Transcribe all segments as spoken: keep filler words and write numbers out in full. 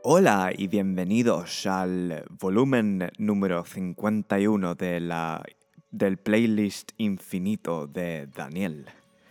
Hola y bienvenidos al volumen número cincuenta y uno de la, del playlist infinito de Daniel.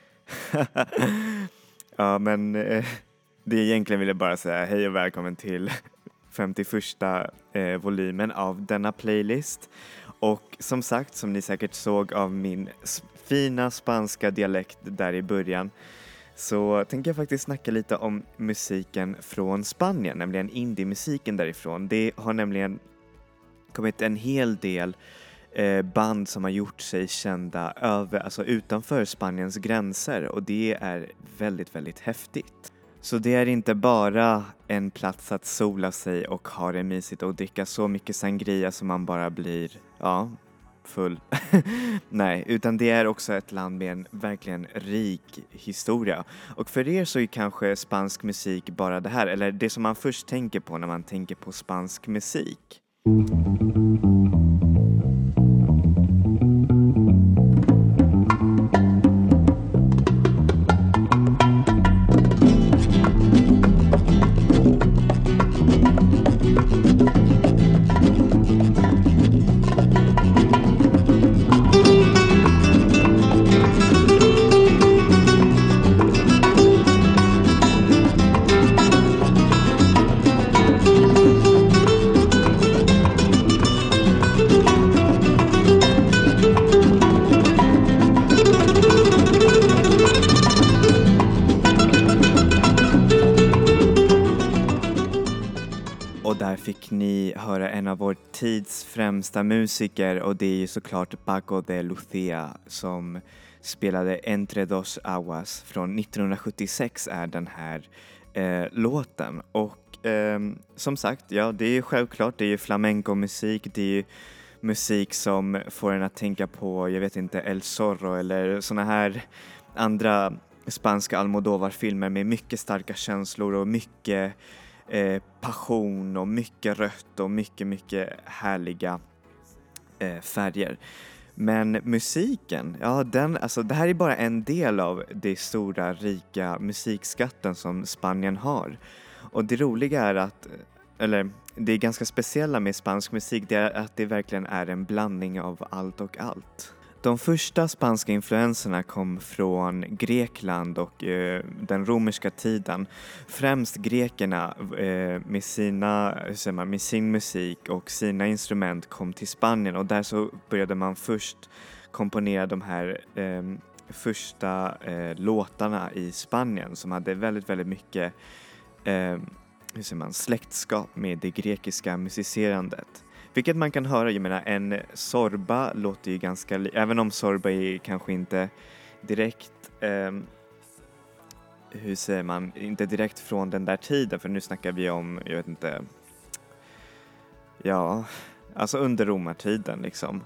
Ja, men eh, det egentligen vill jag bara säga hej och välkommen till femtioförsta eh, volymen av denna playlist. Och som sagt, som ni säkert såg av min fina spanska dialekt där i början, så tänker jag faktiskt snacka lite om musiken från Spanien, nämligen indie-musiken därifrån. Det har nämligen kommit en hel del eh, band som har gjort sig kända över, alltså utanför Spaniens gränser, och det är väldigt, väldigt häftigt. Så det är inte bara en plats att sola sig och ha det mysigt och dricka så mycket sangria som man bara blir, ja, full. Nej, utan det är också ett land med en verkligen rik historia. Och för er så är kanske spansk musik bara det här, eller det som man först tänker på när man tänker på spansk musik. Och där fick ni höra en av vår tids främsta musiker, och det är ju såklart Paco de Lucía som spelade Entre dos aguas från nittonhundrasjuttiosex är den här eh, låten. Och eh, som sagt, ja, det är ju självklart, det är ju flamenco-musik, det är ju musik som får en att tänka på, jag vet inte, El Zorro eller såna här andra spanska Almodóvar-filmer med mycket starka känslor och mycket Eh, passion och mycket rött och mycket, mycket härliga eh, färger. Men musiken, ja, den, alltså, det här är bara en del av det stora, rika musikskatten som Spanien har. Och det roliga är att, eller det är ganska speciella med spansk musik, det är att det verkligen är en blandning av allt och allt. De första spanska influenserna kom från Grekland och eh, den romerska tiden. Främst grekerna eh, med, sina, hur säger man, med sin musik och sina instrument kom till Spanien, och där så började man först komponera de här eh, första eh, låtarna i Spanien som hade väldigt, väldigt mycket eh, hur säger man, släktskap med det grekiska musicerandet. Vilket man kan höra, jag menar, en sorba låter ju ganska, li- även om sorba är kanske inte direkt, eh, hur säger man, inte direkt från den där tiden, för nu snackar vi om, jag vet inte, ja, alltså under romartiden liksom.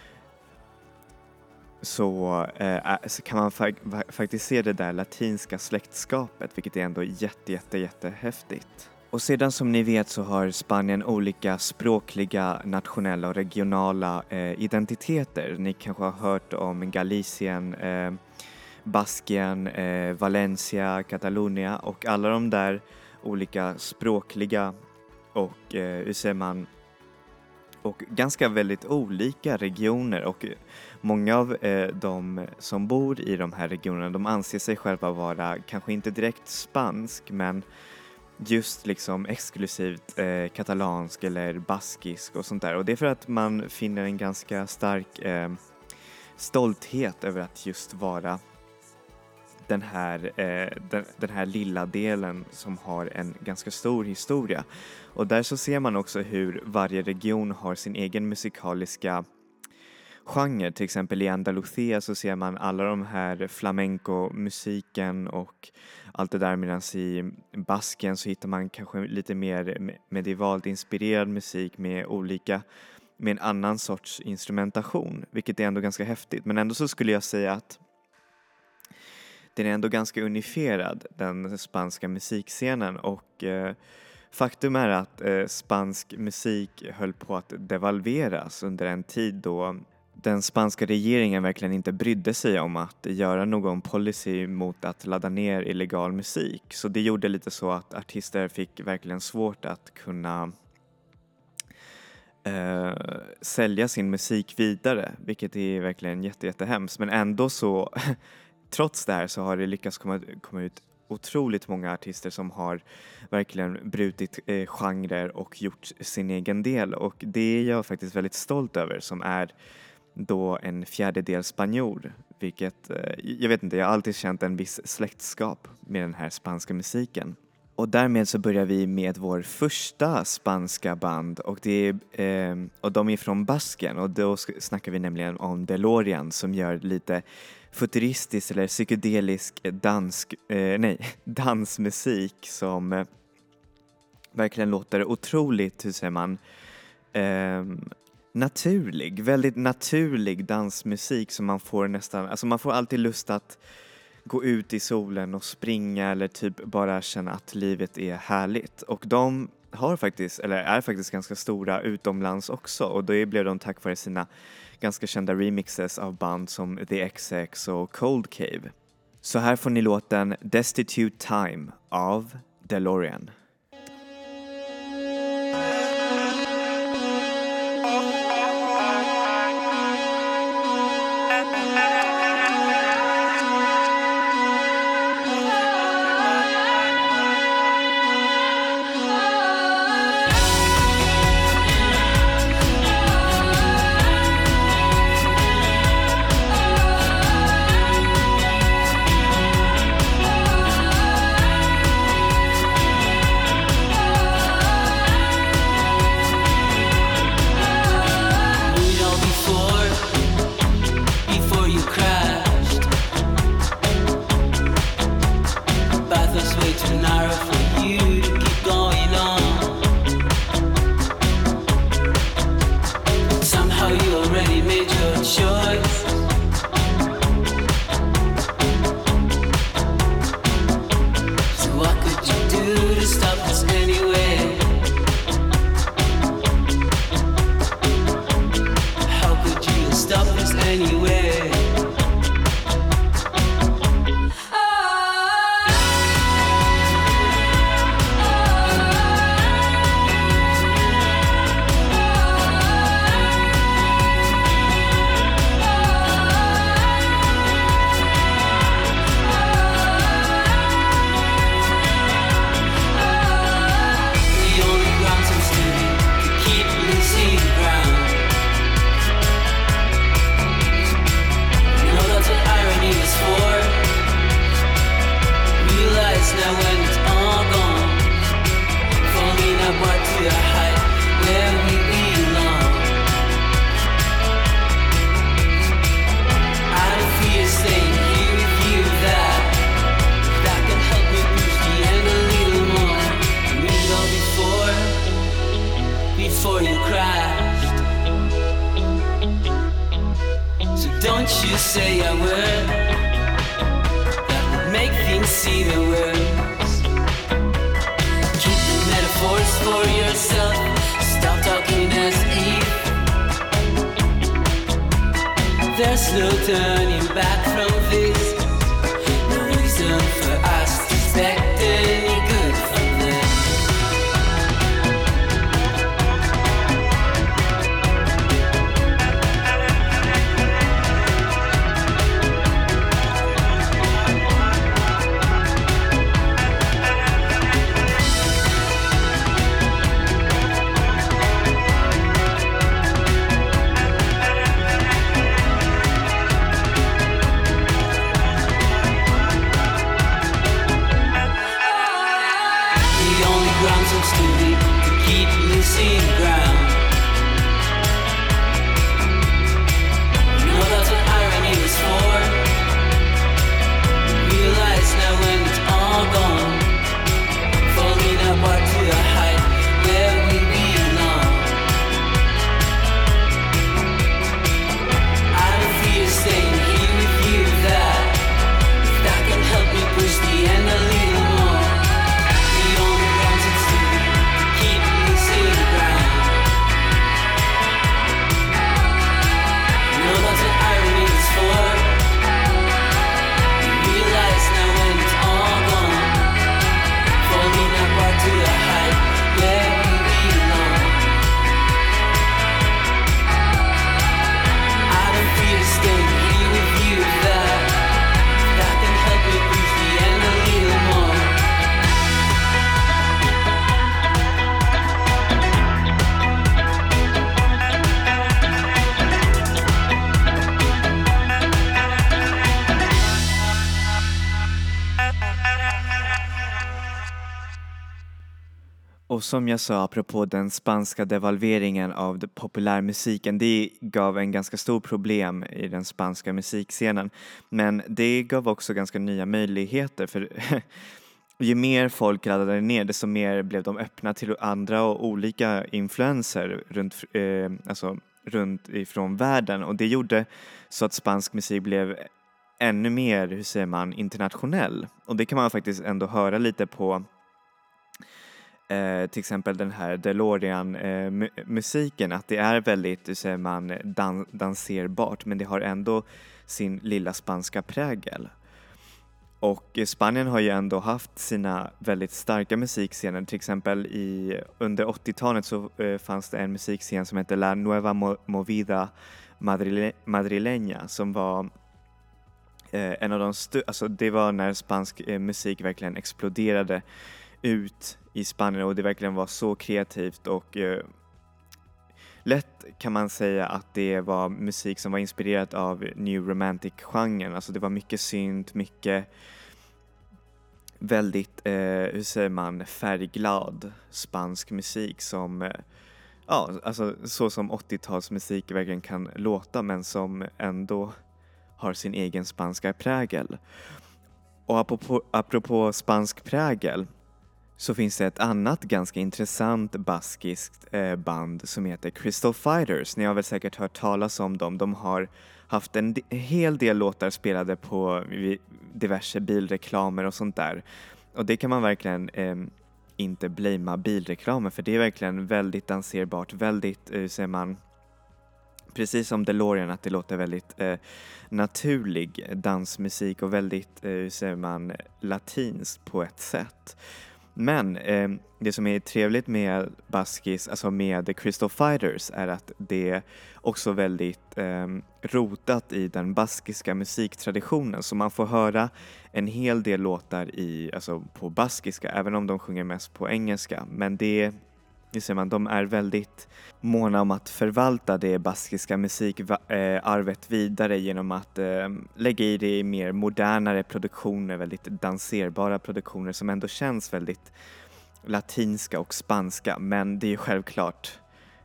Så, eh, så kan man fa- faktiskt se det där latinska släktskapet, vilket är ändå jätte, jätte, jätte häftigt. Och sedan som ni vet så har Spanien olika språkliga, nationella och regionala eh, identiteter. Ni kanske har hört om Galicien, eh, Baskien, eh, Valencia, Catalonia, och alla de där olika språkliga och, eh, hur säger man, och ganska väldigt olika regioner, och många av eh, de som bor i de här regionerna, de anser sig själva vara kanske inte direkt spansk, men just liksom exklusivt eh, katalansk eller baskisk och sånt där. Och det är för att man finner en ganska stark eh, stolthet över att just vara den här, eh, den, den här lilla delen som har en ganska stor historia. Och där så ser man också hur varje region har sin egen musikaliska genre. Till exempel i Andalusia så ser man alla de här flamenco-musiken och allt det där, medan i Baskien så hittar man kanske lite mer medievalt inspirerad musik med olika, med en annan sorts instrumentation, vilket är ändå ganska häftigt. Men ändå så skulle jag säga att den är ändå ganska unifierad, den spanska musikscenen, och eh, faktum är att eh, spansk musik höll på att devalveras under en tid då den spanska regeringen verkligen inte brydde sig om att göra någon policy mot att ladda ner illegal musik. Så det gjorde lite så att artister fick verkligen svårt att kunna eh, sälja sin musik vidare, vilket är verkligen jätte, jättehemskt. Men ändå så, trots det här så har det lyckats komma, komma ut otroligt många artister som har verkligen brutit eh, genrer och gjort sin egen del, och det är jag faktiskt väldigt stolt över, som är då en fjärdedel spanjor, vilket eh, jag vet inte, jag har alltid känt en viss släktskap med den här spanska musiken. Och därmed så börjar vi med vår första spanska band, och, det är, eh, och de är från Basken, och då snackar vi nämligen om DeLorean, som gör lite futuristisk eller psykedelisk dansk, eh, nej, dansmusik som eh, verkligen låter otroligt, hur säger man, eh, naturlig, väldigt naturlig dansmusik som man får nästan, alltså man får alltid lust att gå ut i solen och springa eller typ bara känna att livet är härligt. Och de har faktiskt, eller är faktiskt ganska stora utomlands också, och då blev de tack vare sina ganska kända remixes av band som The X X och Cold Cave. Så här får ni låten Destitute Time av DeLorean. There's no turning back from this. No reason for us to expect any good from them. Keep me seeing the ground. Och som jag sa apropå den spanska devalveringen av populärmusiken, det gav en ganska stor problem i den spanska musikscenen. Men det gav också ganska nya möjligheter, för ju mer folk laddade ner, desto mer blev de öppna till andra och olika influenser runt, eh, alltså, runt ifrån världen. Och det gjorde så att spansk musik blev ännu mer, hur säger man, internationell. Och det kan man faktiskt ändå höra lite på Eh, till exempel den här DeLorean-musiken, eh, att det är väldigt, hur säger man, dan- danserbart, men det har ändå sin lilla spanska prägel. Och Spanien har ju ändå haft sina väldigt starka musikscener. Till exempel i, under åttiotalet så eh, fanns det en musikscen som heter La Nueva Mo- Movida Madrile- Madrileña, som var eh, en av de stu- alltså det var när spansk eh, musik verkligen exploderade ut i Spanien, och det verkligen var så kreativt och eh, lätt kan man säga att det var musik som var inspirerat av New Romantic-genren. Alltså det var mycket synt, mycket väldigt, eh, hur säger man, färgglad spansk musik som, eh, ja, alltså så som åttiotalsmusik verkligen kan låta, men som ändå har sin egen spanska prägel. Och apropå, apropå spansk prägel, så finns det ett annat ganska intressant baskiskt eh, band som heter Crystal Fighters. Ni har väl säkert hört talas om dem. De har haft en, en hel del låtar spelade på diverse bilreklamer och sånt där. Och det kan man verkligen eh, inte blamea bilreklamer, för det är verkligen väldigt danserbart, väldigt, hur säger man, precis som DeLorean, att det låter väldigt eh, naturlig dansmusik och väldigt, eh, hur säger man, latinskt på ett sätt. Men eh, det som är trevligt med baskis, alltså med The Crystal Fighters, är att det är också väldigt eh, rotat i den baskiska musiktraditionen. Så man får höra en hel del låtar i, alltså på baskiska, även om de sjunger mest på engelska. Men det, det ser man, de är väldigt måna om att förvalta det baskiska musikarvet vidare genom att eh, lägga i det i mer modernare produktioner, väldigt danserbara produktioner som ändå känns väldigt latinska och spanska. Men det är självklart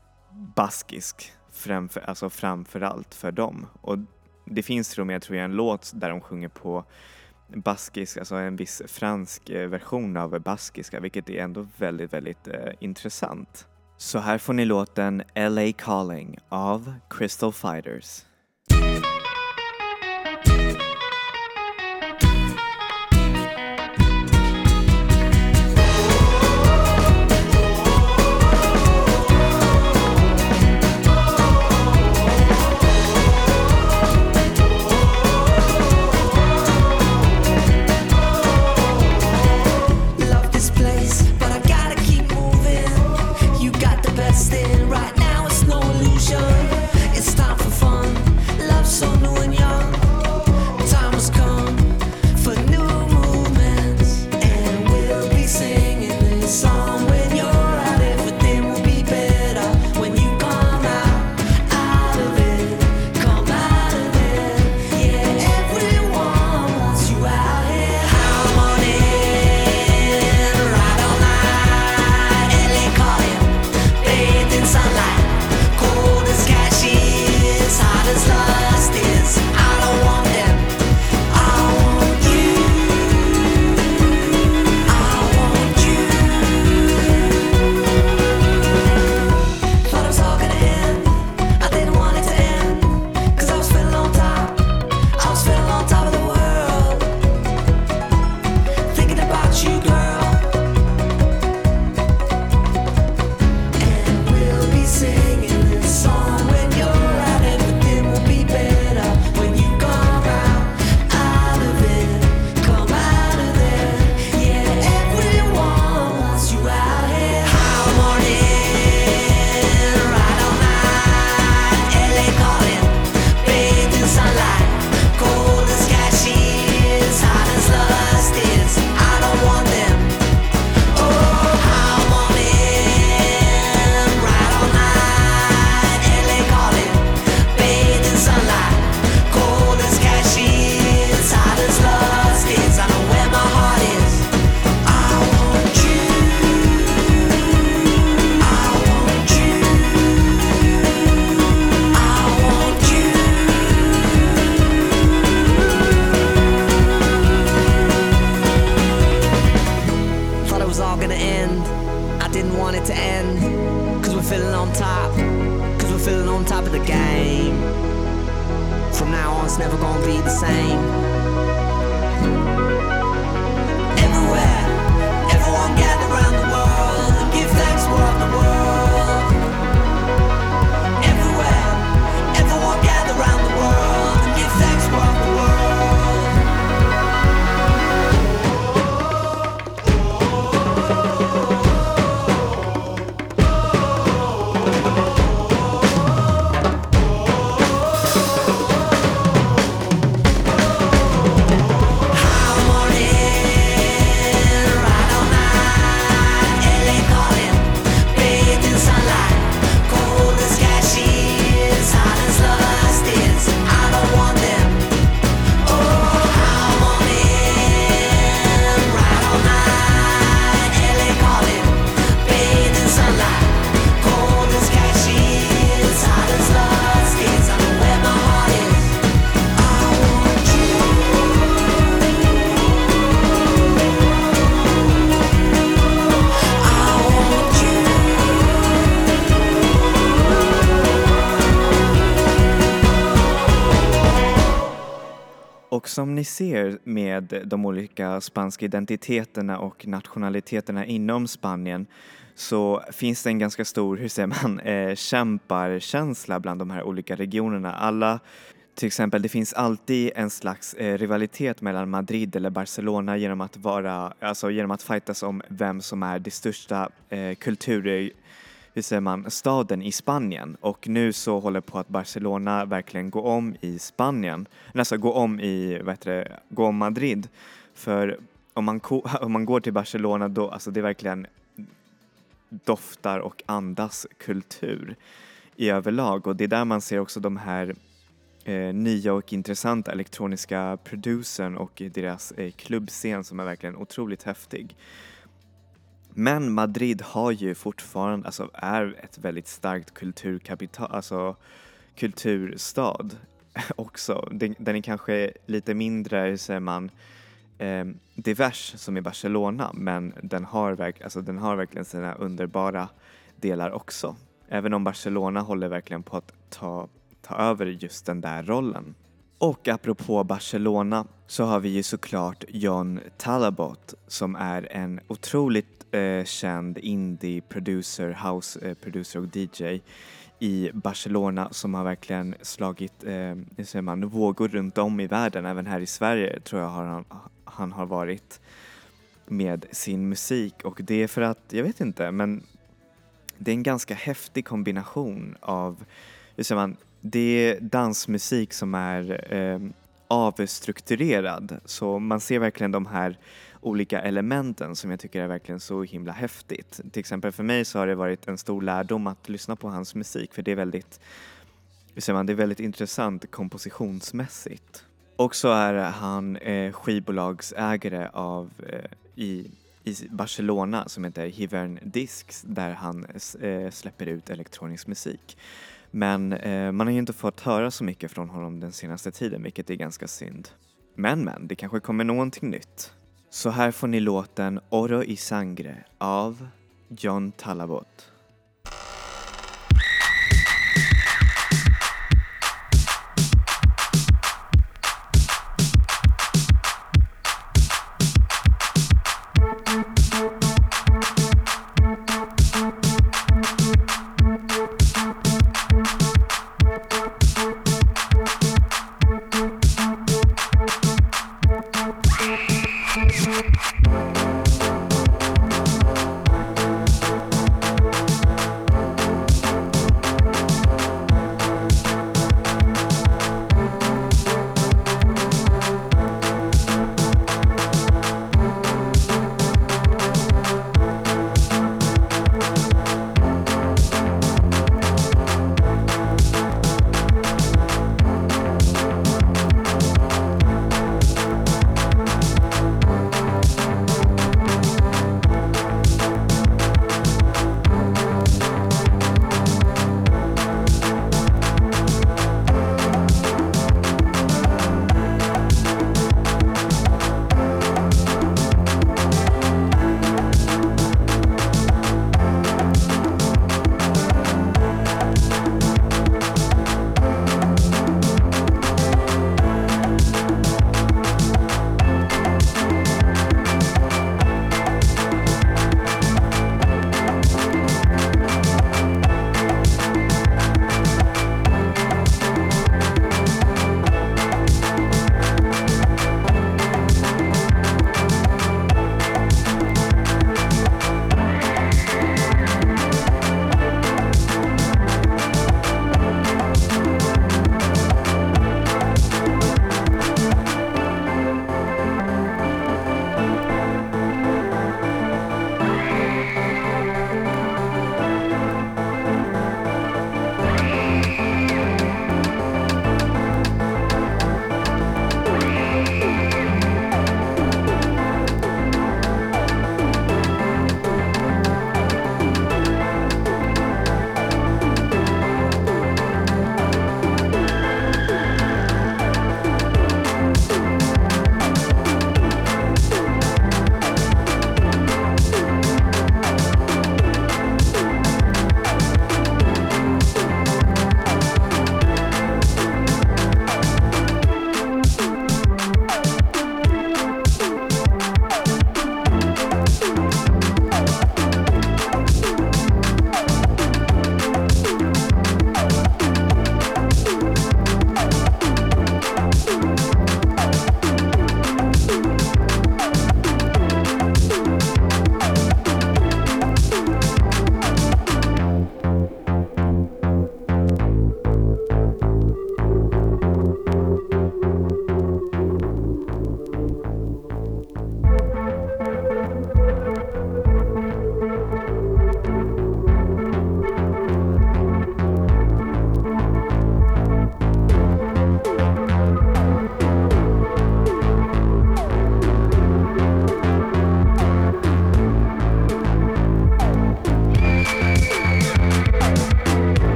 baskisk framför, alltså framför allt för dem. Och det finns till och med, tror jag, en låt där de sjunger på baskisk, alltså en viss fransk version av baskiska, vilket är ändå väldigt, väldigt eh, intressant. Så här får ni låten L A Calling av Crystal Fighters. Right now it's no illusion. It's time for fun. it's never gonna be the same. Everywhere, everyone gather around the world and give thanks for all the world. Everywhere, everyone gather around the world and give thanks for all the world. Och som ni ser med de olika spanska identiteterna och nationaliteterna inom Spanien så finns det en ganska stor, hur säger man, eh, kämparkänsla bland de här olika regionerna. Alla, till exempel, det finns alltid en slags eh, rivalitet mellan Madrid eller Barcelona genom att vara, alltså genom att fightas om vem som är det största eh, kultur hur säger man, staden i Spanien. Och nu så håller på att Barcelona verkligen gå om i Spanien. Alltså gå om i, vad heter det, gå om Madrid. För om man, om man går till Barcelona då, alltså det verkligen doftar och andas kultur i överlag. Och det är där man ser också de här eh, nya och intressanta elektroniska producern och deras eh, klubbscen som är verkligen otroligt häftig. Men Madrid har ju fortfarande, alltså är ett väldigt starkt kulturkapital, alltså kulturstad också. Den, den är kanske lite mindre, hur säger man, eh, divers som i Barcelona, men den har, verk, alltså den har verkligen sina underbara delar också. Även om Barcelona håller verkligen på att ta, ta över just den där rollen. Och apropå Barcelona så har vi ju såklart Jon Talabot som är en otroligt eh, känd indie producer, house eh, producer och D J i Barcelona som har verkligen slagit eh, hur säger man, vågor runt om i världen. Även här i Sverige tror jag har han, han har varit med sin musik. Och det är för att, jag vet inte, men det är en ganska häftig kombination av, hur säger man, det är dansmusik som är eh, avstrukturerad. Så man ser verkligen de här olika elementen som jag tycker är verkligen så himla häftigt. Till exempel för mig så har det varit en stor lärdom att lyssna på hans musik. För det är väldigt, hur säger man, det är väldigt intressant kompositionsmässigt. Och så är han eh, skivbolagsägare av, eh, i, i Barcelona som heter Hivern Discs där han eh, släpper ut elektronisk musik. Men eh, man har ju inte fått höra så mycket från honom den senaste tiden, vilket är ganska synd. Men men, det kanske kommer någonting nytt. Så här får ni låten Oro y Sangre av Jon Talabot.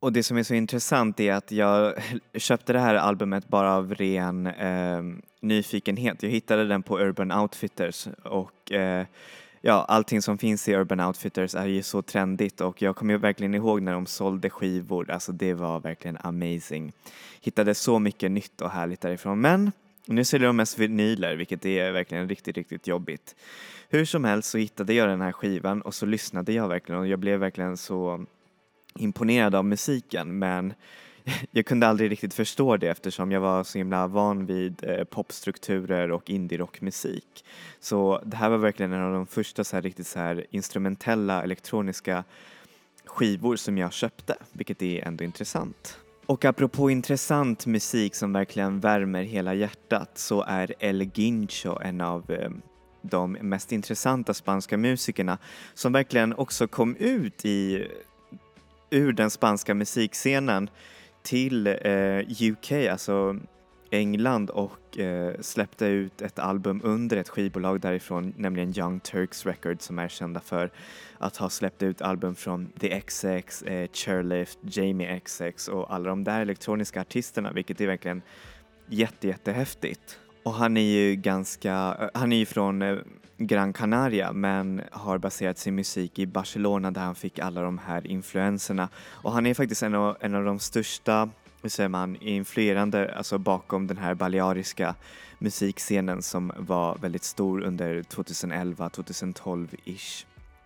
Och det som är så intressant är att jag köpte det här albumet bara av ren eh, nyfikenhet. Jag hittade den på Urban Outfitters och eh, ja, allting som finns i Urban Outfitters är ju så trendigt och jag kommer ju verkligen ihåg när de sålde skivor. Alltså det var verkligen amazing. Hittade så mycket nytt och härligt därifrån. Men nu säljer de mest vinyler, vilket är verkligen riktigt, riktigt jobbigt. Hur som helst så hittade jag den här skivan och så lyssnade jag verkligen och jag blev verkligen så imponerad av musiken, men jag kunde aldrig riktigt förstå det eftersom jag var så himla van vid eh, popstrukturer och indie-rockmusik. Så det här var verkligen en av de första så här, riktigt så här, instrumentella elektroniska skivor som jag köpte, vilket är ändå intressant. Och apropå intressant musik som verkligen värmer hela hjärtat så är El Guincho en av eh, de mest intressanta spanska musikerna som verkligen också kom ut i ur den spanska musikscenen till eh, U K, alltså England, och eh, släppte ut ett album under ett skivbolag därifrån, nämligen Young Turks Records, som är kända för att ha släppt ut album från The X X, eh, Chairlift, Jamie X X och alla de där elektroniska artisterna, vilket är verkligen jätte, jättehäftigt. Och han är ju ganska, han är ju från eh, Gran Canaria men har baserat sin musik i Barcelona där han fick alla de här influenserna. Och han är faktiskt en av, en av de största, hur säger man, influerande, alltså bakom den här baleariska musikscenen som var väldigt stor under tjugoelva tjugotolv-ish.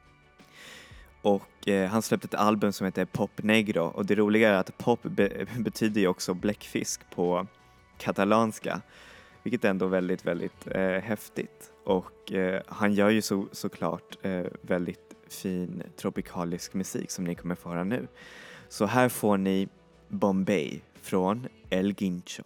Och eh, han släppte ett album som heter Pop Negro och det roliga är att pop be- betyder ju också bläckfisk på katalanska. Vilket är ändå väldigt, väldigt eh, häftigt. Och eh, han gör ju så, såklart eh, väldigt fin tropikalisk musik som ni kommer få höra nu. Så här får ni Bombay från El Guincho.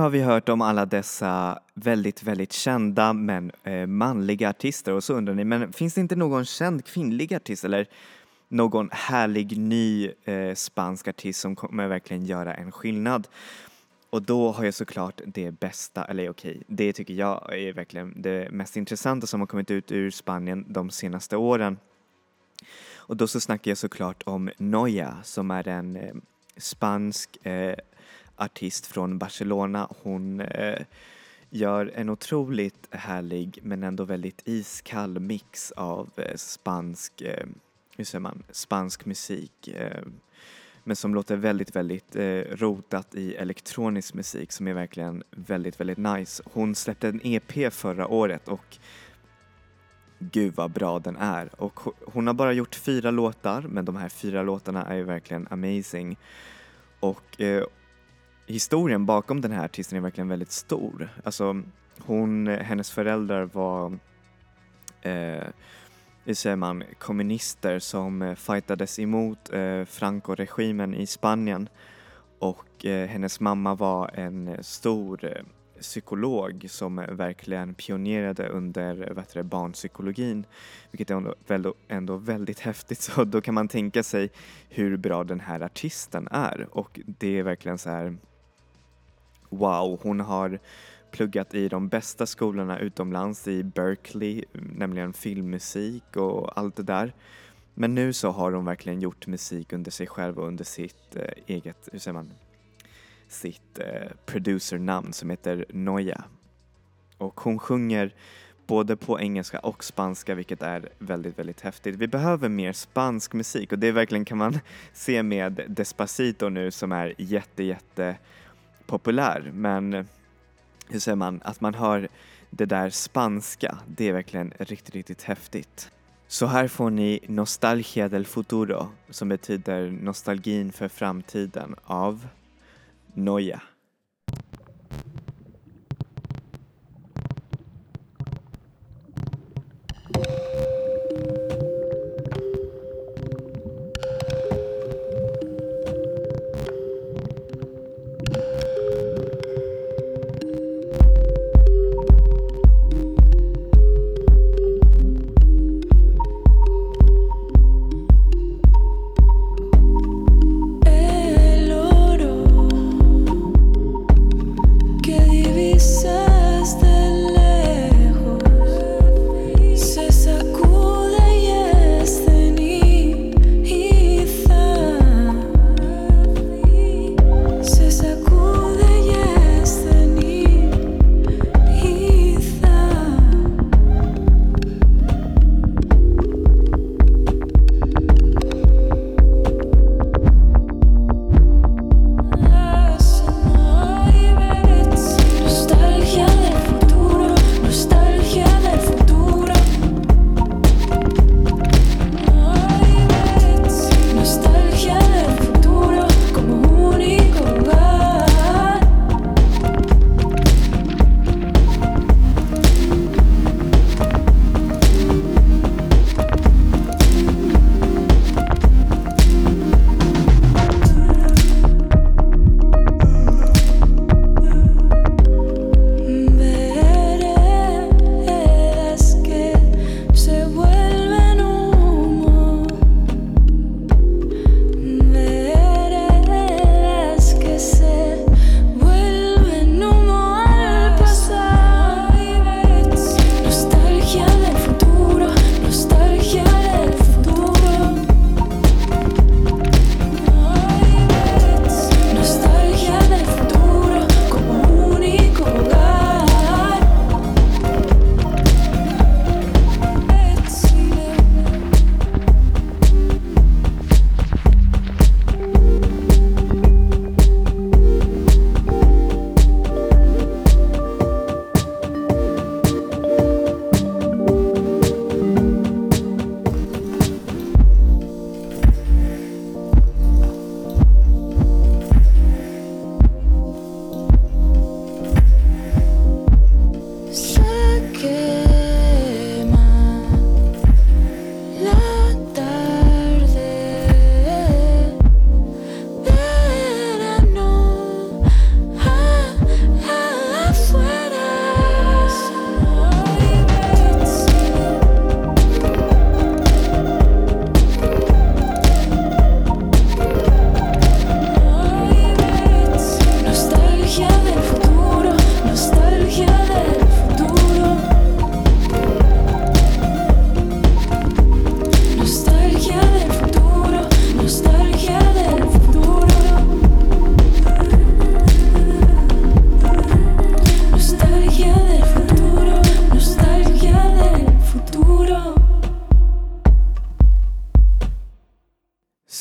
har vi hört om alla dessa väldigt, väldigt kända men eh, manliga artister. Och så undrar ni, men finns det inte någon känd kvinnlig artist eller någon härlig ny eh, spansk artist som kommer verkligen göra en skillnad? Och då har jag såklart det bästa, eller okej, det tycker jag är verkligen det mest intressanta som har kommit ut ur Spanien de senaste åren. Och då så snackar jag såklart om Noia som är en eh, spansk eh, artist från Barcelona. Hon eh, gör en otroligt härlig men ändå väldigt iskall mix av eh, spansk, eh, hur säger man, spansk musik. Eh, men som låter väldigt, väldigt eh, rotat i elektronisk musik som är verkligen väldigt, väldigt nice. Hon släppte en E P förra året och gud vad bra den är. Och hon har bara gjort fyra låtar, men de här fyra låtarna är ju verkligen amazing. Och eh, historien bakom den här artisten är verkligen väldigt stor. Alltså hon, hennes föräldrar var eh, hur säger man, kommunister som eh, fightades emot eh, Franco-regimen i Spanien. Och eh, hennes mamma var en stor eh, psykolog som verkligen pionerade under vad heter det, barnpsykologin, vilket är ändå, ändå, ändå väldigt häftigt. Så då kan man tänka sig hur bra den här artisten är, och det är verkligen så här wow, hon har pluggat i de bästa skolorna utomlands i Berkeley, nämligen filmmusik och allt det där. Men nu så har hon verkligen gjort musik under sig själv och under sitt eh, eget, hur säger man, sitt eh, producernamn som heter Noia. Och hon sjunger både på engelska och spanska, vilket är väldigt, väldigt häftigt. Vi behöver mer spansk musik, och det verkligen kan man se med Despacito nu som är jätte, jätte populär. Men hur säger man, att man hör det där spanska, det är verkligen riktigt, riktigt häftigt. Så här får ni Nostalgia del Futuro, som betyder nostalgin för framtiden, av Noia. El oro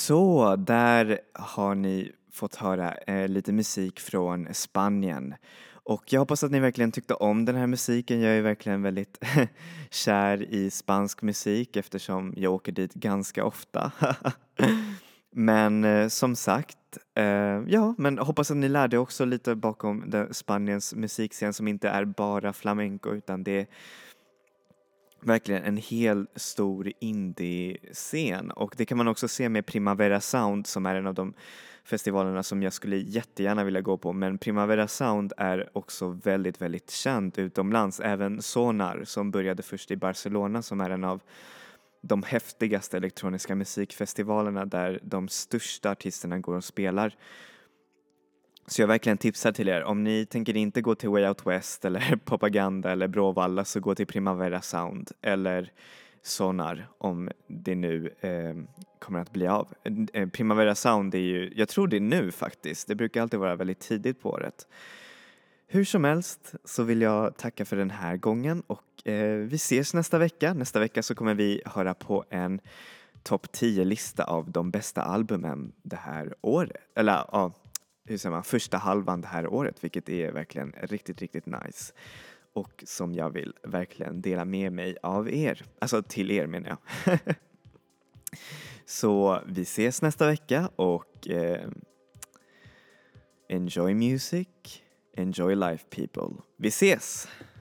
Så där har ni fått höra eh, lite musik från Spanien. Och jag hoppas att ni verkligen tyckte om den här musiken. Jag är verkligen väldigt kär i spansk musik eftersom jag åker dit ganska ofta. Men eh, som sagt, eh, ja, men hoppas att ni lärde också lite bakom den Spaniens musikscen som inte är bara flamenco utan det är verkligen en hel stor indie-scen. Och det kan man också se med Primavera Sound som är en av de festivalerna som jag skulle jättegärna vilja gå på. Men Primavera Sound är också väldigt, väldigt känd utomlands. Även Sonar som började först i Barcelona som är en av de häftigaste elektroniska musikfestivalerna där de största artisterna går och spelar. Så jag verkligen tipsar till er, om ni tänker inte gå till Way Out West eller Propaganda eller Bråvalla så gå till Primavera Sound eller Sonar om det nu eh, kommer att bli av. Eh, Primavera Sound är ju, jag tror det är nu faktiskt, det brukar alltid vara väldigt tidigt på året. Hur som helst så vill jag tacka för den här gången och eh, vi ses nästa vecka. Nästa vecka så kommer vi höra på en topp tio-lista av de bästa albumen det här året. Eller ja, hur säger man, första halvan det här året, vilket är verkligen riktigt, riktigt nice. Och som jag vill verkligen dela med mig av er. Alltså till er menar jag. Så vi ses nästa vecka och eh, enjoy music. Enjoy life people. Vi ses!